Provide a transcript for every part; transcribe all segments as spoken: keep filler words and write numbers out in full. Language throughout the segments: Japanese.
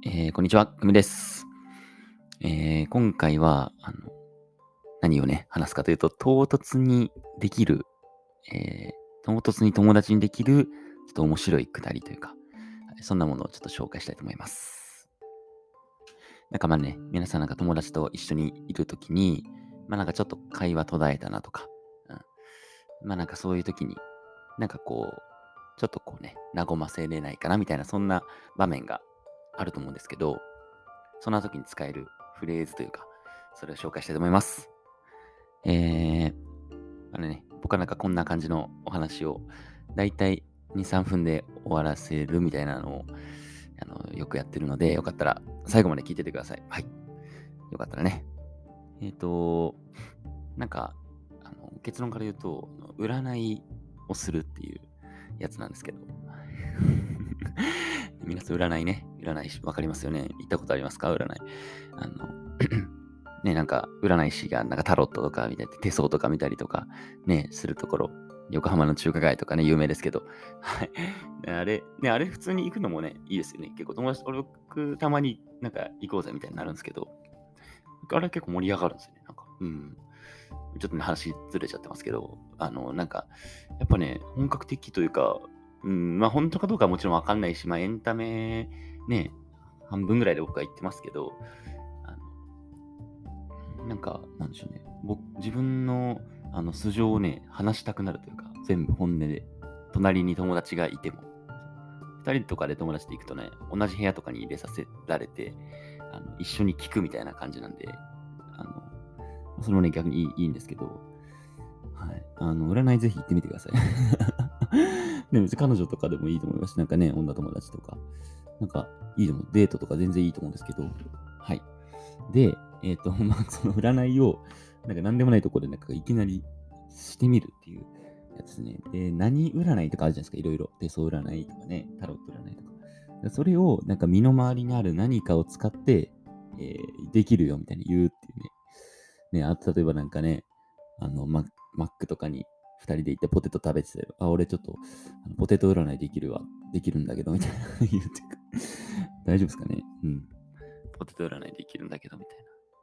えーこんにちは、くみです。えー今回は、あの、何をね、話すかというと、唐突にできる、えー唐突に友達にできる、ちょっと面白いくだりというか、はいそんなものをちょっと紹介したいと思います。なんかまあね、皆さんなんか友達と一緒にいるときに、まあなんかちょっと会話途絶えたなとか、うん、まあなんかそういうときに、なんかこう、ちょっとこうね、和ませれないかなみたいな、そんな場面があると思うんですけど、そんな時に使えるフレーズというか、それを紹介したいと思います。えー、あのね、僕はなんかこんな感じのお話を、だいたいに、さんぷんで終わらせるみたいなのを、あの、よくやってるので、よかったら最後まで聞いててください。はい。よかったらね。えっ、と、なんか、あの結論から言うと、あの占いをするっていうやつなんですけど。皆さん占いね、占い師わかりますよね。行ったことありますか占い。あの、ね、なんか占い師がなんかタロットとか見たり、手相とか見たりとかね、するところ、横浜の中華街とかね、有名ですけど、はい。ねあれ、ね、あれ普通に行くのもね、いいですよね。結構友達、俺僕たまになんか行こうぜみたいになるんですけど、あれ結構盛り上がるんですよね。なんか、うん。ちょっとね、話ずれちゃってますけど、あの、なんか、やっぱね、本格的というか、うん、まあ本当かどうかはもちろんわかんないし、まあエンタメ、ね、半分ぐらいで僕は言ってますけど、あのなんか、なんでしょうね、僕、自分の、あの、素性をね、話したくなるというか、全部本音で、隣に友達がいても、二人とかで友達で行くとね、同じ部屋とかに入れさせられて、あの一緒に聞くみたいな感じなんで、あの、それもね、逆にいいいいんですけど、はい。あの、占いぜひ行ってみてください。でも別に彼女とかでもいいと思いますし、なんかね、女友達とか、なんかいいと思う。デートとか全然いいと思うんですけど、はい。で、えっ、と、まあ、その占いを、なんか何でもないところでなんかいきなりしてみるっていうやつですね。で、何占いとかあるじゃないですか、いろいろ。手相占いとかね、タロット占いとか。それをなんか身の回りにある何かを使って、えーできるよみたいに言うっていうね。ね、あと例えばなんかね、あの、ママックとかに二人で行ってポテト食べてて、あ、俺ちょっとあのポテト占いできるわ、できるんだけど、みたいな言ってく。大丈夫ですかねうん。ポテト占いできるんだけど、みたいな。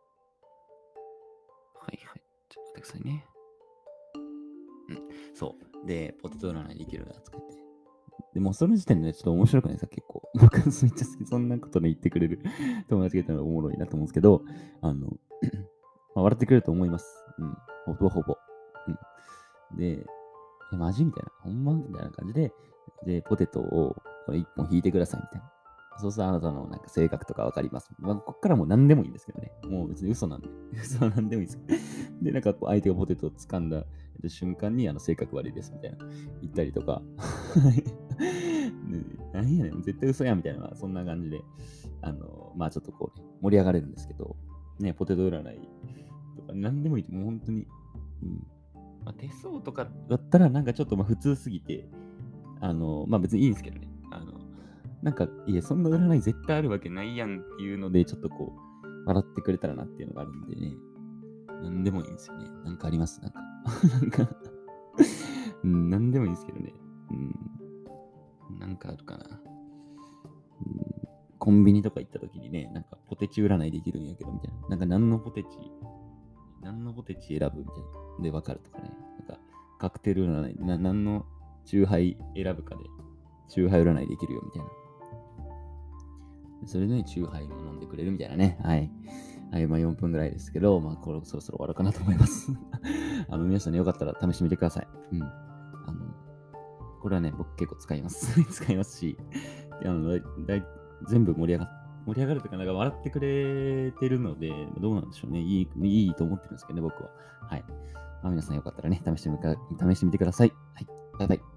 はいはい。ちょっと待ってくださいね。うん。そう。で、ポテト占いできるな、つって。でも、その時点でね、ちょっと面白くないですか、結構。僕、めっちゃ好き。そんなことね、言ってくれる友達がいたらおもろいなと思うんですけど、あの、まあ、笑ってくれると思います。うん。ほぼほぼ。うん。で、え、マジみたいな。ほんまみたいな感じで、で、ポテトをこれ一本引いてくださいみたいな。そうするとあなたのなんか性格とかわかります。まあ、こっからもう何でもいいんですけどね。もう別に嘘なんで。嘘は何でもいいです。で、なんかこう相手がポテトを掴んだ瞬間にあの性格悪いですみたいな言ったりとか。ね何やねん、絶対嘘やんみたいな、そんな感じで、あの、まあちょっとこう、ね、盛り上がれるんですけど、ね、ポテト占いとか何でもいい。もう本当に、うん、まあ、手相とかだったらなんかちょっとまあ普通すぎて、あの、まあ別にいいんですけどね。あの、なんか、いや、そんな占い絶対あるわけないやんっていうので、ちょっとこう、笑ってくれたらなっていうのがあるんでね。なんでもいいんですよね。なんかありますなんか。なんかうん、なんでもいいんですけどね。うん、なんかあるかな。うん、コンビニとか行った時にね、なんかポテチ占いできるんやけど、みたいな。なんか何のポテチ、何のポテチ選ぶみたいな。で、わかるとかね。なんか、カクテル占い、な何のチューハイ選ぶかで、チューハイ占いできるよ、みたいな。それでね、チューハイも飲んでくれるみたいなね。はい。はい、まあよんぷんぐらいですけど、まあこれそろそろ終わるかなと思います。あの、皆さんね、よかったら試してみてください。うん。あの、これはね、僕結構使います。使いますし、あのだい全部盛り上がっ盛り上がるというか、なんか笑ってくれてるので、どうなんでしょうね。いい、いいと思ってるんですけどね、僕は。はい。まあ皆さんよかったらね、試してみか試してみてください。はい。バイバイ。